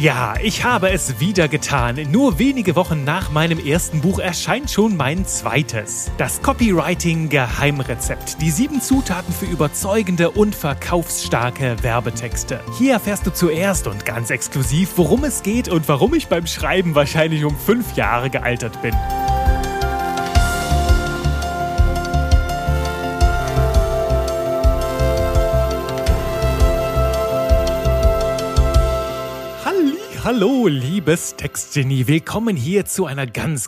Ja, ich habe es wieder getan. Nur wenige Wochen nach meinem ersten Buch erscheint schon mein zweites. Das Copywriting-Geheimrezept. Die 7 Zutaten für überzeugende und verkaufsstarke Werbetexte. Hier erfährst du zuerst und ganz exklusiv, worum es geht und warum ich beim Schreiben wahrscheinlich um 5 Jahre gealtert bin. Hallo, liebes Textgenie. Willkommen hier zu einer ganz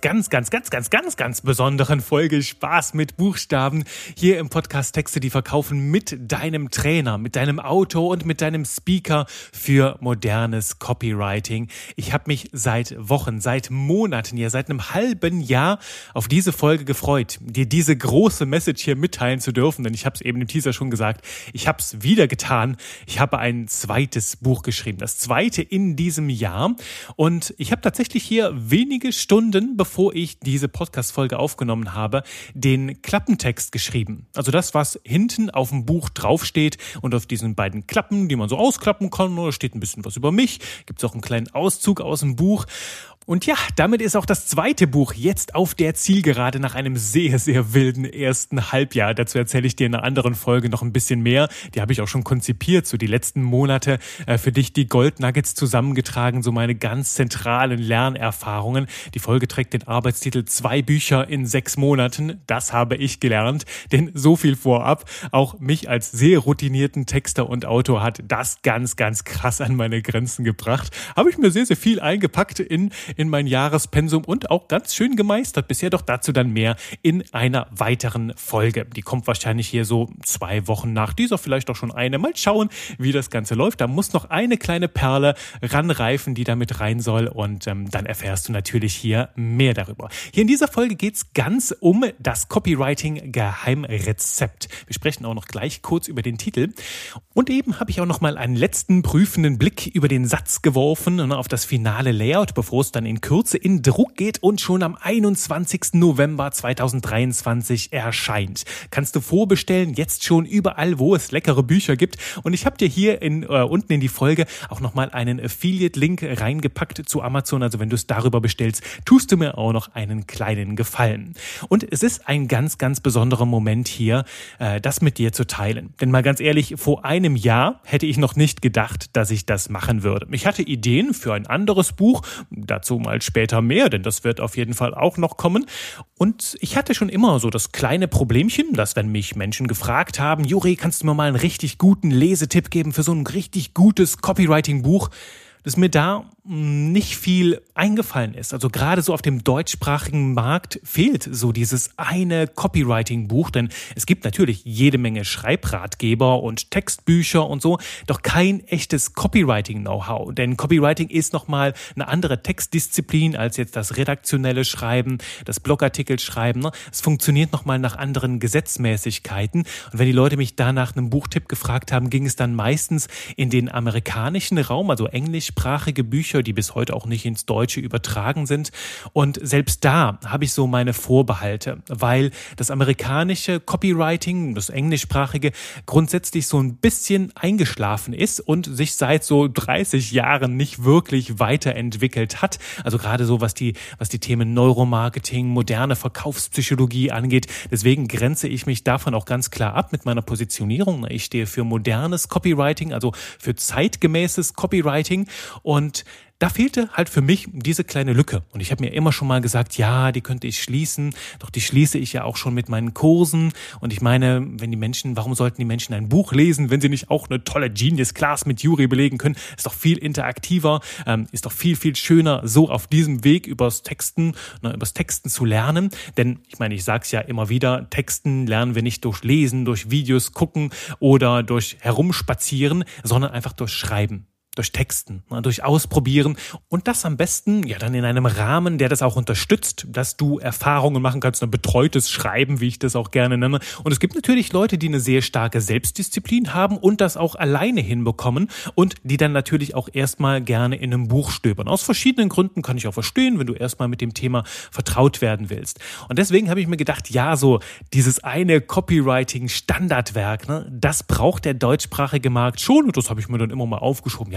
besonderen Folge Spaß mit Buchstaben. Hier im Podcast Texte, die verkaufen mit deinem Trainer, mit deinem Autor und mit deinem Speaker für modernes Copywriting. Ich habe mich seit Wochen, seit Monaten, ja seit einem halben Jahr auf diese Folge gefreut, dir diese große Message hier mitteilen zu dürfen, denn ich habe es eben im Teaser schon gesagt, ich habe es wieder getan. Ich habe ein zweites Buch geschrieben, das zweite in diesem Jahr. Und ich habe tatsächlich hier wenige Stunden, bevor ich diese Podcast-Folge aufgenommen habe, den Klappentext geschrieben. Also das, was hinten auf dem Buch draufsteht und auf diesen beiden Klappen, die man so ausklappen kann. Da steht ein bisschen was über mich. Gibt es auch einen kleinen Auszug aus dem Buch. Und ja, damit ist auch das zweite Buch jetzt auf der Zielgerade nach einem sehr, sehr wilden ersten Halbjahr. Dazu erzähle ich dir in einer anderen Folge noch ein bisschen mehr. Die habe ich auch schon konzipiert, so die letzten Monate für dich die Goldnuggets zusammengetragen, so meine ganz zentralen Lernerfahrungen. Die Folge trägt den Arbeitstitel 2 Bücher in 6 Monaten. Das habe ich gelernt, denn so viel vorab. Auch mich als sehr routinierten Texter und Autor hat das ganz krass an meine Grenzen gebracht. Habe ich mir sehr, sehr viel eingepackt in mein Jahrespensum und auch ganz schön gemeistert bisher, doch dazu dann mehr in einer weiteren Folge. Die kommt wahrscheinlich hier so 2 Wochen nach dieser, vielleicht auch schon eine. Mal schauen, wie das Ganze läuft. Da muss noch eine kleine Perle ranreifen, die da mit rein soll und dann erfährst du natürlich hier mehr darüber. Hier in dieser Folge geht's ganz um das Copywriting-Geheimrezept. Wir sprechen auch noch gleich kurz über den Titel und eben habe ich auch noch mal einen letzten prüfenden Blick über den Satz geworfen und auf das finale Layout, bevor es dann in Kürze in Druck geht und schon am 21. November 2023 erscheint. Kannst du vorbestellen, jetzt schon überall, wo es leckere Bücher gibt. Und ich habe dir hier unten in die Folge auch nochmal einen Affiliate-Link reingepackt zu Amazon. Also wenn du es darüber bestellst, tust du mir auch noch einen kleinen Gefallen. Und es ist ein ganz besonderer Moment hier, das mit dir zu teilen. Denn mal ganz ehrlich, vor einem Jahr hätte ich noch nicht gedacht, dass ich das machen würde. Ich hatte Ideen für ein anderes Buch, dazu mal später mehr, denn das wird auf jeden Fall auch noch kommen. Und ich hatte schon immer so das kleine Problemchen, dass wenn mich Menschen gefragt haben, Juri, kannst du mir mal einen richtig guten Lesetipp geben für so ein richtig gutes Copywriting-Buch, dass mir da nicht viel eingefallen ist. Also gerade so auf dem deutschsprachigen Markt fehlt so dieses eine Copywriting-Buch, denn es gibt natürlich jede Menge Schreibratgeber und Textbücher und so, doch kein echtes Copywriting-Know-how. Denn Copywriting ist nochmal eine andere Textdisziplin als jetzt das redaktionelle Schreiben, das Blogartikel schreiben. Es funktioniert nochmal nach anderen Gesetzmäßigkeiten. Und wenn die Leute mich da nach einem Buchtipp gefragt haben, ging es dann meistens in den amerikanischen Raum, also englischsprachige Bücher, die bis heute auch nicht ins Deutsche übertragen sind. Und selbst da habe ich so meine Vorbehalte, weil das amerikanische Copywriting, das englischsprachige, grundsätzlich so ein bisschen eingeschlafen ist und sich seit so 30 Jahren nicht wirklich weiterentwickelt hat. Also gerade so, was die Themen Neuromarketing, moderne Verkaufspsychologie angeht. Deswegen grenze ich mich davon auch ganz klar ab mit meiner Positionierung. Ich stehe für modernes Copywriting, also für zeitgemäßes Copywriting und da fehlte halt für mich diese kleine Lücke. Und ich habe mir immer schon mal gesagt, ja, die könnte ich schließen. Doch die schließe ich ja auch schon mit meinen Kursen. Und ich meine, warum sollten die Menschen ein Buch lesen, wenn sie nicht auch eine tolle Genius Class mit Juri belegen können? Ist doch viel interaktiver, ist doch viel schöner, so auf diesem Weg übers Texten zu lernen. Denn ich meine, ich sag's ja immer wieder, Texten lernen wir nicht durch Lesen, durch Videos gucken oder durch Herumspazieren, sondern einfach durch Schreiben. durch Texten, durch Ausprobieren und das am besten ja dann in einem Rahmen, der das auch unterstützt, dass du Erfahrungen machen kannst, ein betreutes Schreiben, wie ich das auch gerne nenne. Und es gibt natürlich Leute, die eine sehr starke Selbstdisziplin haben und das auch alleine hinbekommen und die dann natürlich auch erstmal gerne in einem Buch stöbern. Aus verschiedenen Gründen kann ich auch verstehen, wenn du erstmal mit dem Thema vertraut werden willst. Und deswegen habe ich mir gedacht, ja, so dieses eine Copywriting-Standardwerk, das braucht der deutschsprachige Markt schon und das habe ich mir dann immer mal aufgeschoben. Ja,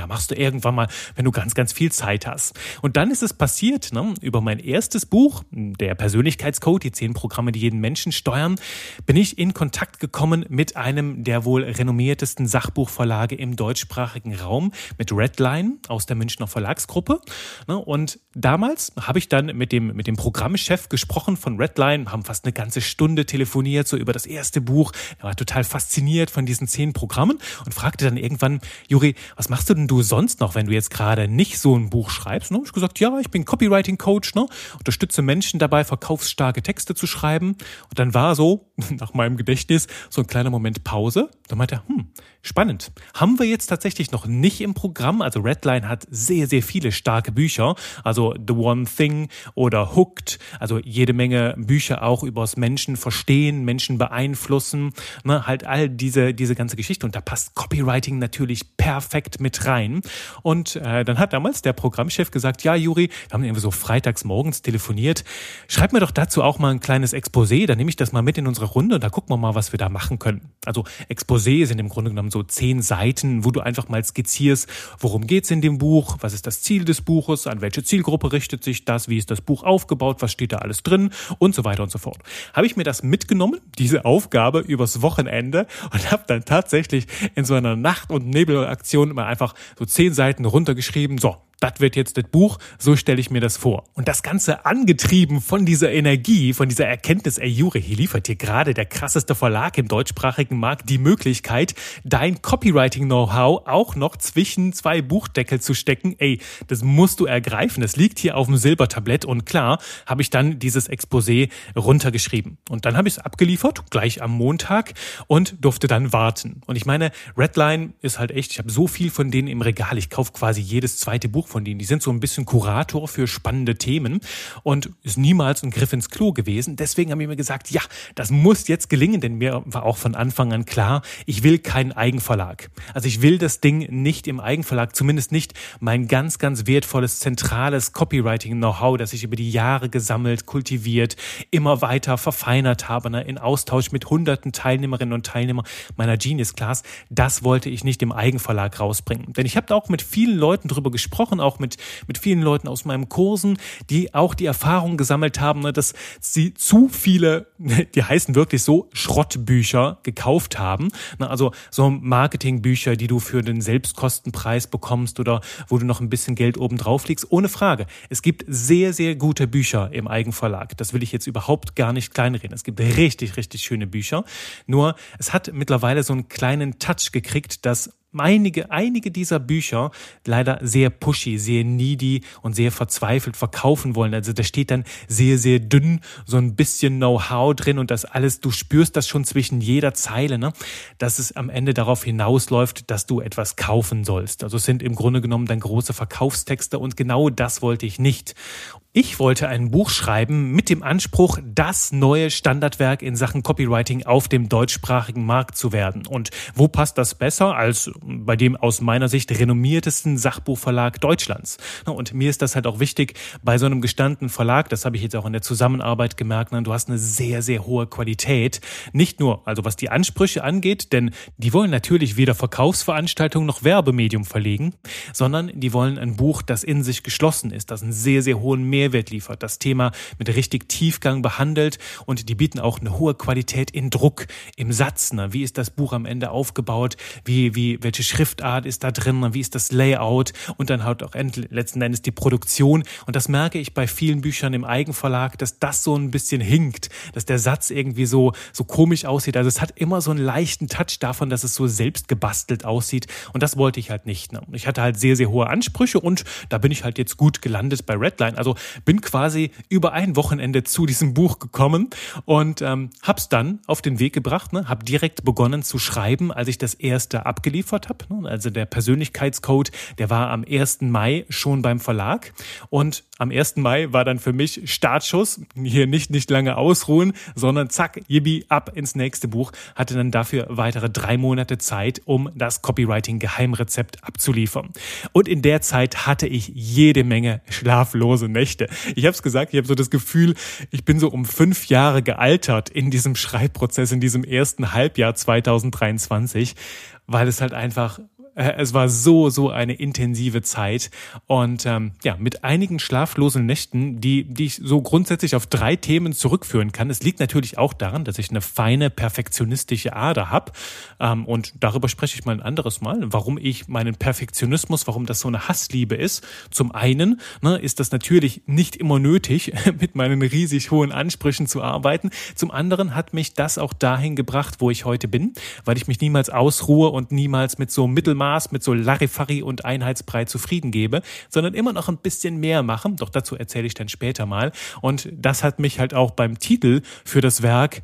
machst du irgendwann mal, wenn du ganz, ganz viel Zeit hast. Und dann ist es passiert, ne? Über mein erstes Buch, der Persönlichkeitscode, die 10 Programme, die jeden Menschen steuern, bin ich in Kontakt gekommen mit einem der wohl renommiertesten Sachbuchverlage im deutschsprachigen Raum, mit Redline aus der Münchner Verlagsgruppe. Und damals habe ich dann mit dem Programmchef gesprochen von Redline, haben fast eine ganze Stunde telefoniert, so über das erste Buch. Er war total fasziniert von diesen 10 Programmen und fragte dann irgendwann: Juri, was machst du denn sonst noch, wenn du jetzt gerade nicht so ein Buch schreibst? Ne? Ich habe gesagt, ja, ich bin Copywriting-Coach, ne? Unterstütze Menschen dabei, verkaufsstarke Texte zu schreiben. Und dann war so, nach meinem Gedächtnis, so ein kleiner Moment Pause. Da meinte er, spannend. Haben wir jetzt tatsächlich noch nicht im Programm. Also Redline hat sehr, sehr viele starke Bücher. Also The One Thing oder Hooked. Also jede Menge Bücher auch übers Menschen verstehen, Menschen beeinflussen. Ne? Halt all diese ganze Geschichte. Und da passt Copywriting natürlich perfekt mit rein. Und dann hat damals der Programmchef gesagt, ja Juri, wir haben irgendwie so freitags morgens telefoniert. Schreib mir doch dazu auch mal ein kleines Exposé. Dann nehme ich das mal mit in unsere Runde und da gucken wir mal, was wir da machen können. Also Exposé sind im Grunde genommen so 10 Seiten, wo du einfach mal skizzierst, worum geht's in dem Buch, was ist das Ziel des Buches, an welche Zielgruppe richtet sich das, wie ist das Buch aufgebaut, was steht da alles drin und so weiter und so fort. Habe ich mir das mitgenommen, diese Aufgabe übers Wochenende und habe dann tatsächlich in so einer Nacht- und Nebelaktion mal einfach so 10 Seiten runtergeschrieben, so, das wird jetzt das Buch, so stelle ich mir das vor. Und das Ganze angetrieben von dieser Energie, von dieser Erkenntnis, Juri, hier liefert dir gerade der krasseste Verlag im deutschsprachigen Markt die Möglichkeit, dein Copywriting-Know-how auch noch zwischen 2 Buchdeckel zu stecken. Das musst du ergreifen, das liegt hier auf dem Silbertablett und klar, habe ich dann dieses Exposé runtergeschrieben. Und dann habe ich es abgeliefert, gleich am Montag und durfte dann warten. Und ich meine, Redline ist halt echt, ich habe so viel von denen im Regal, ich kaufe quasi jedes zweite Buch von denen. Die sind so ein bisschen Kurator für spannende Themen und ist niemals ein Griff ins Klo gewesen. Deswegen haben wir mir gesagt, ja, das muss jetzt gelingen, denn mir war auch von Anfang an klar, ich will keinen Eigenverlag. Also ich will das Ding nicht im Eigenverlag, zumindest nicht mein ganz, ganz wertvolles, zentrales Copywriting-Know-how, das ich über die Jahre gesammelt, kultiviert, immer weiter verfeinert habe, ne, in Austausch mit hunderten Teilnehmerinnen und Teilnehmern meiner Genius Class. Das wollte ich nicht im Eigenverlag rausbringen. Denn ich habe da auch mit vielen Leuten drüber gesprochen, auch mit vielen Leuten aus meinen Kursen, die auch die Erfahrung gesammelt haben, dass sie zu viele, die heißen wirklich so, Schrottbücher gekauft haben. Also so Marketingbücher, die du für den Selbstkostenpreis bekommst oder wo du noch ein bisschen Geld oben drauf legst. Ohne Frage. Es gibt sehr, sehr gute Bücher im Eigenverlag. Das will ich jetzt überhaupt gar nicht kleinreden. Es gibt richtig, richtig schöne Bücher. Nur es hat mittlerweile so einen kleinen Touch gekriegt, dass einige dieser Bücher leider sehr pushy, sehr needy und sehr verzweifelt verkaufen wollen. Also da steht dann sehr, sehr dünn so ein bisschen Know-how drin und das alles, du spürst das schon zwischen jeder Zeile, ne, dass es am Ende darauf hinausläuft, dass du etwas kaufen sollst. Also es sind im Grunde genommen dann große Verkaufstexte und genau das wollte ich nicht. Ich wollte ein Buch schreiben mit dem Anspruch, das neue Standardwerk in Sachen Copywriting auf dem deutschsprachigen Markt zu werden. Und wo passt das besser als bei dem aus meiner Sicht renommiertesten Sachbuchverlag Deutschlands? Und mir ist das halt auch wichtig, bei so einem gestandenen Verlag, das habe ich jetzt auch in der Zusammenarbeit gemerkt, du hast eine sehr, sehr hohe Qualität. Nicht nur, also was die Ansprüche angeht, denn die wollen natürlich weder Verkaufsveranstaltungen noch Werbemedium verlegen, sondern die wollen ein Buch, das in sich geschlossen ist, das einen sehr, sehr hohen Mehrwert liefert, das Thema mit richtig Tiefgang behandelt und die bieten auch eine hohe Qualität in Druck, im Satz. Ne? Wie ist das Buch am Ende aufgebaut? Welche Schriftart ist da drin? Wie ist das Layout? Und dann halt auch letzten Endes die Produktion. Und das merke ich bei vielen Büchern im Eigenverlag, dass das so ein bisschen hinkt, dass der Satz irgendwie so komisch aussieht. Also es hat immer so einen leichten Touch davon, dass es so selbst gebastelt aussieht. Und das wollte ich halt nicht. Ne? Ich hatte halt sehr, sehr hohe Ansprüche und da bin ich halt jetzt gut gelandet bei Redline. Also bin quasi über ein Wochenende zu diesem Buch gekommen und hab's dann auf den Weg gebracht, ne? Hab direkt begonnen zu schreiben, als ich das erste abgeliefert habe. Ne? Also der Persönlichkeitscode, der war am 1. Mai schon beim Verlag und am 1. Mai war dann für mich Startschuss, hier nicht lange ausruhen, sondern zack, yibi, ab ins nächste Buch, hatte dann dafür weitere 3 Monate Zeit, um das Copywriting-Geheimrezept abzuliefern. Und in der Zeit hatte ich jede Menge schlaflose Nächte. Ich habe es gesagt, ich habe so das Gefühl, ich bin so um 5 Jahre gealtert in diesem Schreibprozess, in diesem ersten Halbjahr 2023, weil es halt einfach Es war so eine intensive Zeit und mit einigen schlaflosen Nächten, die ich so grundsätzlich auf 3 Themen zurückführen kann. Es liegt natürlich auch daran, dass ich eine feine, perfektionistische Ader habe und darüber spreche ich mal ein anderes Mal, warum ich meinen Perfektionismus, warum das so eine Hassliebe ist. Zum einen ist das natürlich nicht immer nötig, mit meinen riesig hohen Ansprüchen zu arbeiten. Zum anderen hat mich das auch dahin gebracht, wo ich heute bin, weil ich mich niemals ausruhe und niemals mit so Mittelmaß, mit so Larifari und Einheitsbrei zufrieden gebe, sondern immer noch ein bisschen mehr machen. Doch dazu erzähle ich dann später mal. Und das hat mich halt auch beim Titel für das Werk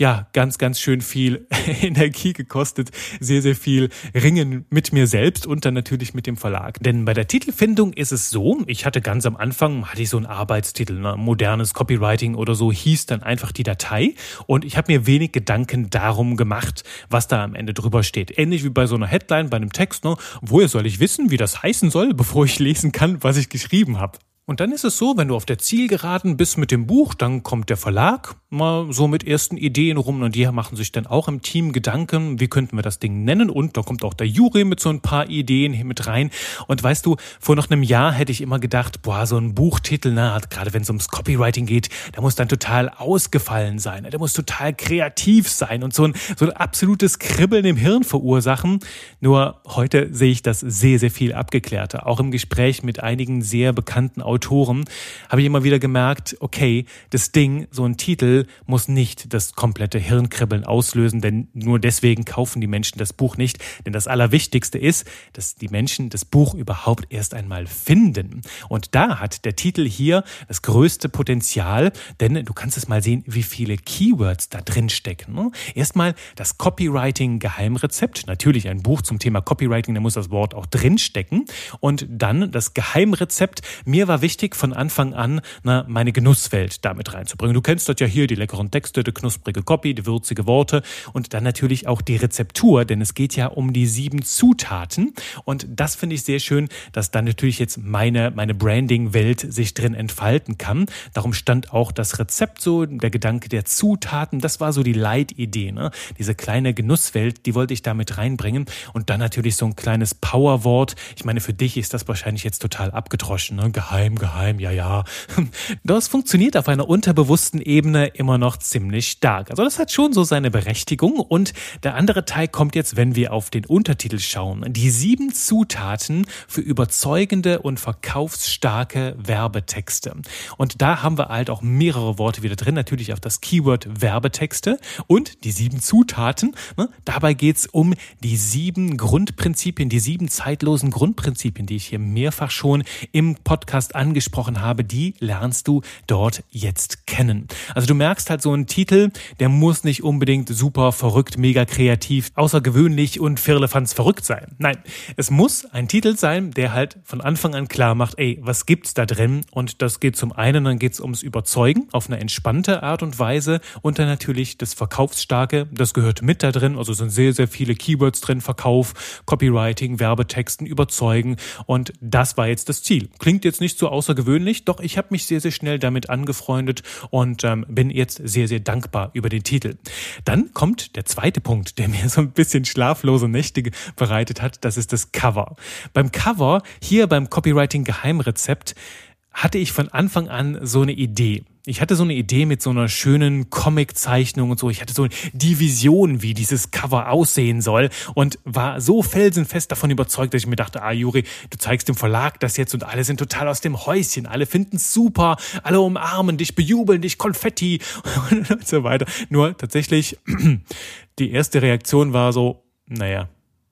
ganz schön viel Energie gekostet, sehr viel Ringen mit mir selbst und dann natürlich mit dem Verlag. Denn bei der Titelfindung ist es so, ich hatte ganz am Anfang, so einen Arbeitstitel, modernes Copywriting oder so hieß dann einfach die Datei und ich habe mir wenig Gedanken darum gemacht, was da am Ende drüber steht. Ähnlich wie bei so einer Headline, bei einem Text, woher soll ich wissen, wie das heißen soll, bevor ich lesen kann, was ich geschrieben habe. Und dann ist es so, wenn du auf der Zielgeraden bist mit dem Buch, dann kommt der Verlag mal so mit ersten Ideen rum und die machen sich dann auch im Team Gedanken, wie könnten wir das Ding nennen, und da kommt auch der Jury mit so ein paar Ideen hier mit rein. Und weißt du, vor noch einem Jahr hätte ich immer gedacht, so ein Buchtitel, gerade wenn es ums Copywriting geht, der muss dann total ausgefallen sein, der muss total kreativ sein und so ein absolutes Kribbeln im Hirn verursachen. Nur heute sehe ich das sehr viel abgeklärter. Auch im Gespräch mit einigen sehr bekannten Autoren habe ich immer wieder gemerkt, okay, das Ding, so ein Titel, muss nicht das komplette Hirnkribbeln auslösen, denn nur deswegen kaufen die Menschen das Buch nicht. Denn das Allerwichtigste ist, dass die Menschen das Buch überhaupt erst einmal finden. Und da hat der Titel hier das größte Potenzial, denn du kannst es mal sehen, wie viele Keywords da drin stecken. Erstmal das Copywriting-Geheimrezept. Natürlich ein Buch zum Thema Copywriting, da muss das Wort auch drin stecken. Und dann das Geheimrezept. Mir war wichtig, von Anfang an meine Genusswelt damit reinzubringen. Du kennst das ja hier, die leckeren Texte, die knusprige Copy, die würzige Worte und dann natürlich auch die Rezeptur, denn es geht ja um die 7 Zutaten und das finde ich sehr schön, dass dann natürlich jetzt meine Branding-Welt sich drin entfalten kann. Darum stand auch das Rezept so, der Gedanke der Zutaten, das war so die Leitidee, Diese kleine Genusswelt, die wollte ich damit reinbringen und dann natürlich so ein kleines Powerwort. Ich meine, für dich ist das wahrscheinlich jetzt total abgedroschen, Geheim, ja. Das funktioniert auf einer unterbewussten Ebene immer noch ziemlich stark. Also das hat schon so seine Berechtigung und der andere Teil kommt jetzt, wenn wir auf den Untertitel schauen. Die 7 Zutaten für überzeugende und verkaufsstarke Werbetexte. Und da haben wir halt auch mehrere Worte wieder drin, natürlich auch das Keyword Werbetexte und die 7 Zutaten. Dabei geht es um die 7 Grundprinzipien, die 7 zeitlosen Grundprinzipien, die ich hier mehrfach schon im Podcast angesprochen habe, die lernst du dort jetzt kennen. Also du merkst halt, so ein Titel, der muss nicht unbedingt super verrückt, mega kreativ, außergewöhnlich und firlefanz verrückt sein. Nein, es muss ein Titel sein, der halt von Anfang an klar macht, was gibt's da drin? Und das geht zum einen, dann geht's ums Überzeugen auf eine entspannte Art und Weise und dann natürlich das Verkaufsstarke, das gehört mit da drin, also sind sehr viele Keywords drin, Verkauf, Copywriting, Werbetexten, Überzeugen und das war jetzt das Ziel. Klingt jetzt nicht so außergewöhnlich, doch ich habe mich sehr schnell damit angefreundet und bin jetzt sehr dankbar über den Titel. Dann kommt der zweite Punkt, der mir so ein bisschen schlaflose Nächte bereitet hat, das ist das Cover. Beim Cover, hier beim Copywriting Geheimrezept, hatte ich von Anfang an so eine Idee. Ich hatte so eine Idee mit so einer schönen Comic-Zeichnung und so. Ich hatte so die Vision, wie dieses Cover aussehen soll und war so felsenfest davon überzeugt, dass ich mir dachte, Juri, du zeigst dem Verlag das jetzt und alle sind total aus dem Häuschen. Alle finden es super, alle umarmen dich, bejubeln dich, Konfetti und so weiter. Nur tatsächlich, die erste Reaktion war so, naja.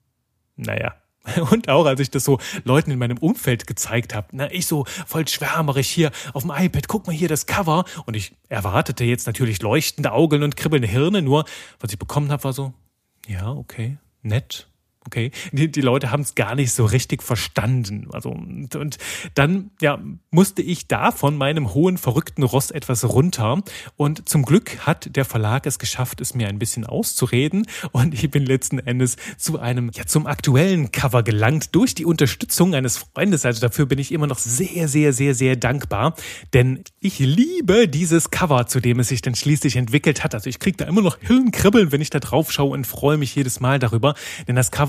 Und auch als ich das so Leuten in meinem Umfeld gezeigt habe, ich so voll schwärmerig hier auf dem iPad, guck mal hier das Cover. Und ich erwartete jetzt natürlich leuchtende Augen und kribbelnde Hirne, nur was ich bekommen habe, war so, ja, okay, nett. Okay, die Leute haben es gar nicht so richtig verstanden. Also und dann musste ich da von meinem hohen, verrückten Ross etwas runter. Und zum Glück hat der Verlag es geschafft, es mir ein bisschen auszureden. Und ich bin letzten Endes zum aktuellen Cover gelangt durch die Unterstützung eines Freundes. Also dafür bin ich immer noch sehr dankbar. Denn ich liebe dieses Cover, zu dem es sich dann schließlich entwickelt hat. Also ich kriege da immer noch Hirnkribbeln, wenn ich da drauf schaue und freue mich jedes Mal darüber. Denn das Cover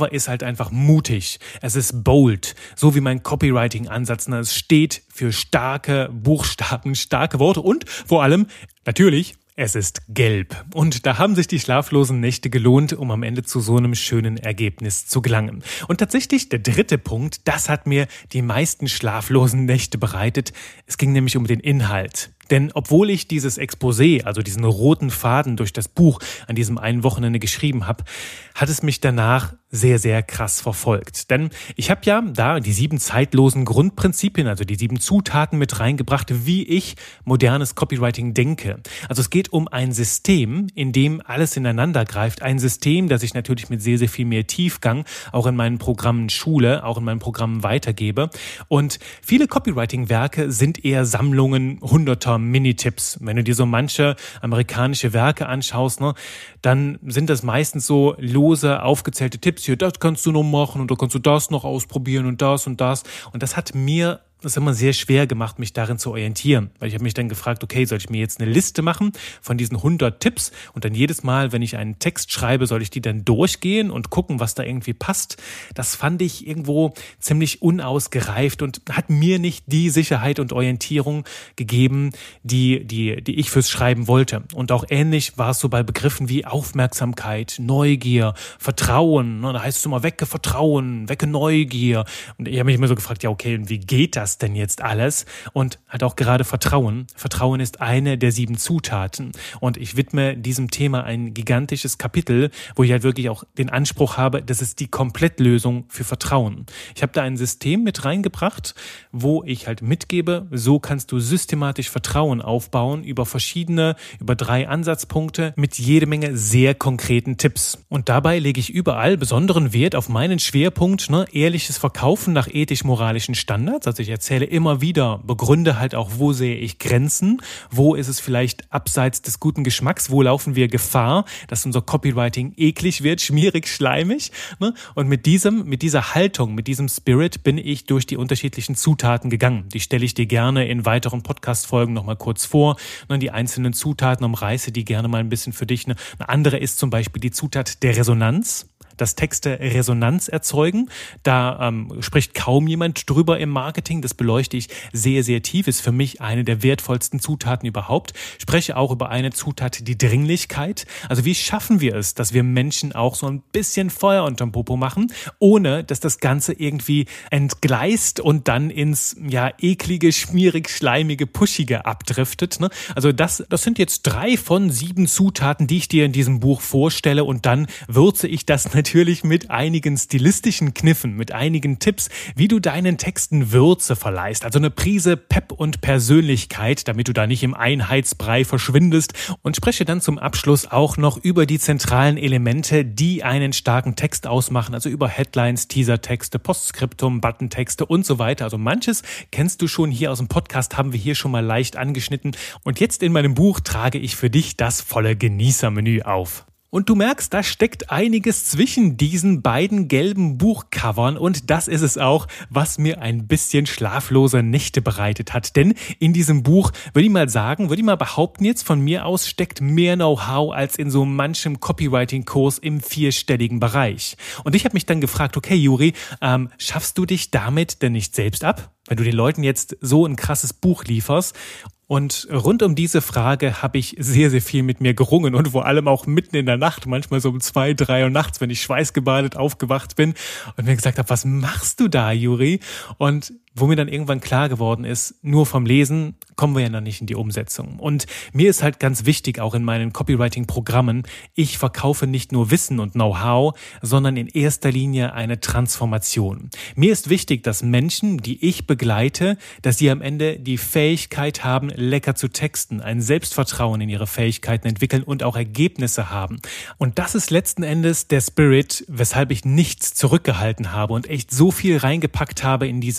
Cover ist halt einfach mutig. Es ist bold, so wie mein Copywriting-Ansatz. Es steht für starke Buchstaben, starke Worte und vor allem, natürlich, es ist gelb. Und da haben sich die schlaflosen Nächte gelohnt, um am Ende zu so einem schönen Ergebnis zu gelangen. Und tatsächlich der dritte Punkt, das hat mir die meisten schlaflosen Nächte bereitet. Es ging nämlich um den Inhalt. Denn obwohl ich dieses Exposé, also diesen roten Faden durch das Buch an diesem einen Wochenende geschrieben habe, hat es mich danach sehr, sehr krass verfolgt. Denn ich habe ja da die 7 zeitlosen Grundprinzipien, also die 7 Zutaten mit reingebracht, wie ich modernes Copywriting denke. Also es geht um ein System, in dem alles ineinander greift. Ein System, das ich natürlich mit sehr, sehr viel mehr Tiefgang auch in meinen Programmen schule, auch in meinen Programmen weitergebe. Und viele Copywriting-Werke sind eher Sammlungen hunderter Minitipps. Wenn du dir so manche amerikanische Werke anschaust, dann sind das meistens so lose aufgezählte Tipps. Hier, das kannst du noch machen und da kannst du das noch ausprobieren und das und das. Und das hat mir das immer sehr schwer gemacht, mich darin zu orientieren. Weil ich habe mich dann gefragt, okay, soll ich mir jetzt eine Liste machen von diesen 100 Tipps und dann jedes Mal, wenn ich einen Text schreibe, soll ich die dann durchgehen und gucken, was da irgendwie passt. Das fand ich irgendwo ziemlich unausgereift und hat mir nicht die Sicherheit und Orientierung gegeben, die ich fürs Schreiben wollte. Und auch ähnlich war es so bei Begriffen wie Aufmerksamkeit, Neugier, Vertrauen. Da heißt es immer, wecke Vertrauen, wecke Neugier. Und ich habe mich immer so gefragt, ja okay, und wie geht das denn jetzt alles? Und halt auch gerade Vertrauen. Vertrauen ist eine der 7 Zutaten. Und ich widme diesem Thema ein gigantisches Kapitel, wo ich halt wirklich auch den Anspruch habe, das ist die Komplettlösung für Vertrauen. Ich habe da ein System mit reingebracht, wo ich halt mitgebe, so kannst du systematisch Vertrauen aufbauen über 3 Ansatzpunkte mit jede Menge sehr konkreten Tipps. Und dabei lege ich überall besonderen Wert auf meinen Schwerpunkt, ehrliches Verkaufen nach ethisch-moralischen Standards. Also ich erzähle immer wieder, begründe halt auch, wo sehe ich Grenzen, wo ist es vielleicht abseits des guten Geschmacks, wo laufen wir Gefahr, dass unser Copywriting eklig wird, schmierig, schleimig. Und mit dieser Haltung, mit diesem Spirit bin ich durch die unterschiedlichen Zutaten gegangen. Die stelle ich dir gerne in weiteren Podcast-Folgen nochmal kurz vor. Die einzelnen Zutaten umreiße die gerne mal ein bisschen für dich. Eine andere ist zum Beispiel die Zutat der Resonanz. Dass Texte Resonanz erzeugen. Da spricht kaum jemand drüber im Marketing. Das beleuchte ich sehr, sehr tief. Ist für mich eine der wertvollsten Zutaten überhaupt. Spreche auch über eine Zutat, die Dringlichkeit. Also wie schaffen wir es, dass wir Menschen auch so ein bisschen Feuer unterm Popo machen, ohne dass das Ganze irgendwie entgleist und dann ins eklige, schmierig, schleimige, pushige abdriftet. Also das sind jetzt 3 von 7 Zutaten, die ich dir in diesem Buch vorstelle und dann würze ich das natürlich mit einigen stilistischen Kniffen, mit einigen Tipps, wie du deinen Texten Würze verleihst. Also eine Prise Pep und Persönlichkeit, damit du da nicht im Einheitsbrei verschwindest. Und spreche dann zum Abschluss auch noch über die zentralen Elemente, die einen starken Text ausmachen. Also über Headlines, Teasertexte, Postskriptum, Buttentexte und so weiter. Also manches kennst du schon hier aus dem Podcast, haben wir hier schon mal leicht angeschnitten. Und jetzt in meinem Buch trage ich für dich das volle Genießermenü auf. Und du merkst, da steckt einiges zwischen diesen beiden gelben Buchcovern und das ist es auch, was mir ein bisschen schlaflose Nächte bereitet hat. Denn in diesem Buch, würde ich mal behaupten, jetzt von mir aus steckt mehr Know-how als in so manchem Copywriting-Kurs im 4-stelligen Bereich. Und ich habe mich dann gefragt, okay Juri, schaffst du dich damit denn nicht selbst ab? Wenn du den Leuten jetzt so ein krasses Buch lieferst. Und rund um diese Frage habe ich sehr, sehr viel mit mir gerungen und vor allem auch mitten in der Nacht, manchmal so um 2, 3 Uhr nachts, wenn ich schweißgebadet aufgewacht bin und mir gesagt habe, was machst du da, Juri? Und wo mir dann irgendwann klar geworden ist, nur vom Lesen kommen wir ja dann nicht in die Umsetzung. Und mir ist halt ganz wichtig, auch in meinen Copywriting-Programmen, ich verkaufe nicht nur Wissen und Know-how, sondern in erster Linie eine Transformation. Mir ist wichtig, dass Menschen, die ich begleite, dass sie am Ende die Fähigkeit haben, lecker zu texten, ein Selbstvertrauen in ihre Fähigkeiten entwickeln und auch Ergebnisse haben. Und das ist letzten Endes der Spirit, weshalb ich nichts zurückgehalten habe und echt so viel reingepackt habe in dieses Buch,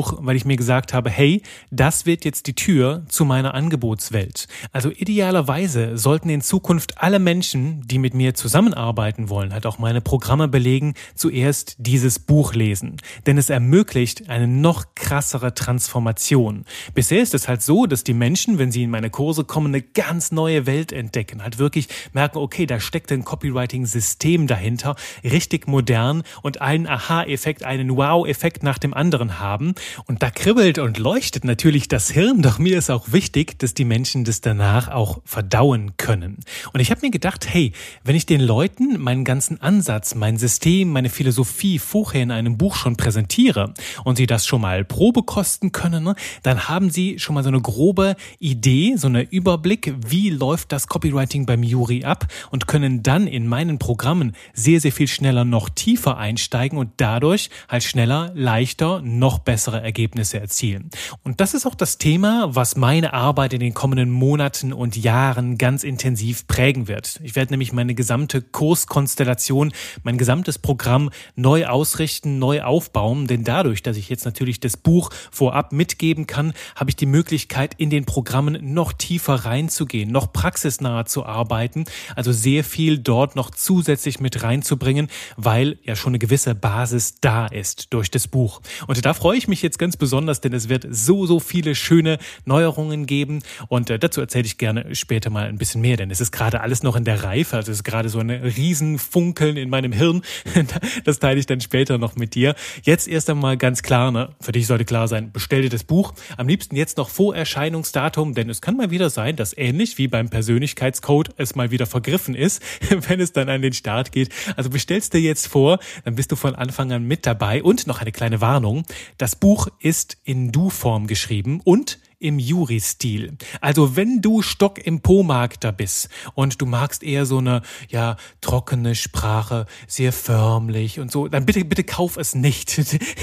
Buch, weil ich mir gesagt habe, hey, das wird jetzt die Tür zu meiner Angebotswelt. Also idealerweise sollten in Zukunft alle Menschen, die mit mir zusammenarbeiten wollen, halt auch meine Programme belegen, zuerst dieses Buch lesen. Denn es ermöglicht eine noch krassere Transformation. Bisher ist es halt so, dass die Menschen, wenn sie in meine Kurse kommen, eine ganz neue Welt entdecken. Halt wirklich merken, okay, da steckt ein Copywriting-System dahinter, richtig modern und einen Aha-Effekt, einen Wow-Effekt nach dem anderen haben. Und da kribbelt und leuchtet natürlich das Hirn, doch mir ist auch wichtig, dass die Menschen das danach auch verdauen können. Und ich habe mir gedacht, hey, wenn ich den Leuten meinen ganzen Ansatz, mein System, meine Philosophie vorher in einem Buch schon präsentiere und sie das schon mal Probe kosten können, dann haben sie schon mal so eine grobe Idee, so einen Überblick, wie läuft das Copywriting beim Juri ab und können dann in meinen Programmen sehr, sehr viel schneller noch tiefer einsteigen und dadurch halt schneller, leichter, noch bessere Ergebnisse erzielen. Und das ist auch das Thema, was meine Arbeit in den kommenden Monaten und Jahren ganz intensiv prägen wird. Ich werde nämlich meine gesamte Kurskonstellation, mein gesamtes Programm neu ausrichten, neu aufbauen, denn dadurch, dass ich jetzt natürlich das Buch vorab mitgeben kann, habe ich die Möglichkeit, in den Programmen noch tiefer reinzugehen, noch praxisnah zu arbeiten, also sehr viel dort noch zusätzlich mit reinzubringen, weil ja schon eine gewisse Basis da ist durch das Buch. Und da freue ich mich jetzt ganz besonders, denn es wird so viele schöne Neuerungen geben und dazu erzähle ich gerne später mal ein bisschen mehr, denn es ist gerade alles noch in der Reife, also es ist gerade so ein Riesenfunkeln in meinem Hirn, das teile ich dann später noch mit dir. Jetzt erst einmal ganz klar, für dich sollte klar sein, bestell dir das Buch, am liebsten jetzt noch vor Erscheinungsdatum, denn es kann mal wieder sein, dass ähnlich wie beim Persönlichkeitscode es mal wieder vergriffen ist, wenn es dann an den Start geht. Also bestellst dir jetzt vor, dann bist du von Anfang an mit dabei und noch eine kleine Warnung, das Buch ist in Du-Form geschrieben und im Juri-Stil. Also wenn du Stock im Po-Magder bist und du magst eher so eine trockene Sprache, sehr förmlich und so, dann bitte kauf es nicht.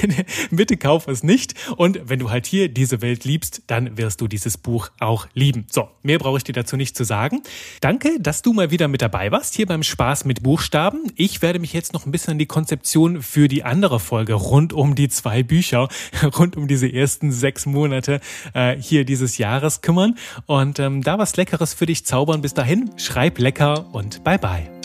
Bitte kauf es nicht. Und wenn du halt hier diese Welt liebst, dann wirst du dieses Buch auch lieben. So, mehr brauche ich dir dazu nicht zu sagen. Danke, dass du mal wieder mit dabei warst, hier beim Spaß mit Buchstaben. Ich werde mich jetzt noch ein bisschen an die Konzeption für die andere Folge rund um die 2 Bücher, rund um diese ersten 6 Monate hier dieses Jahres kümmern und da was Leckeres für dich zaubern. Bis dahin, schreib lecker und bye bye.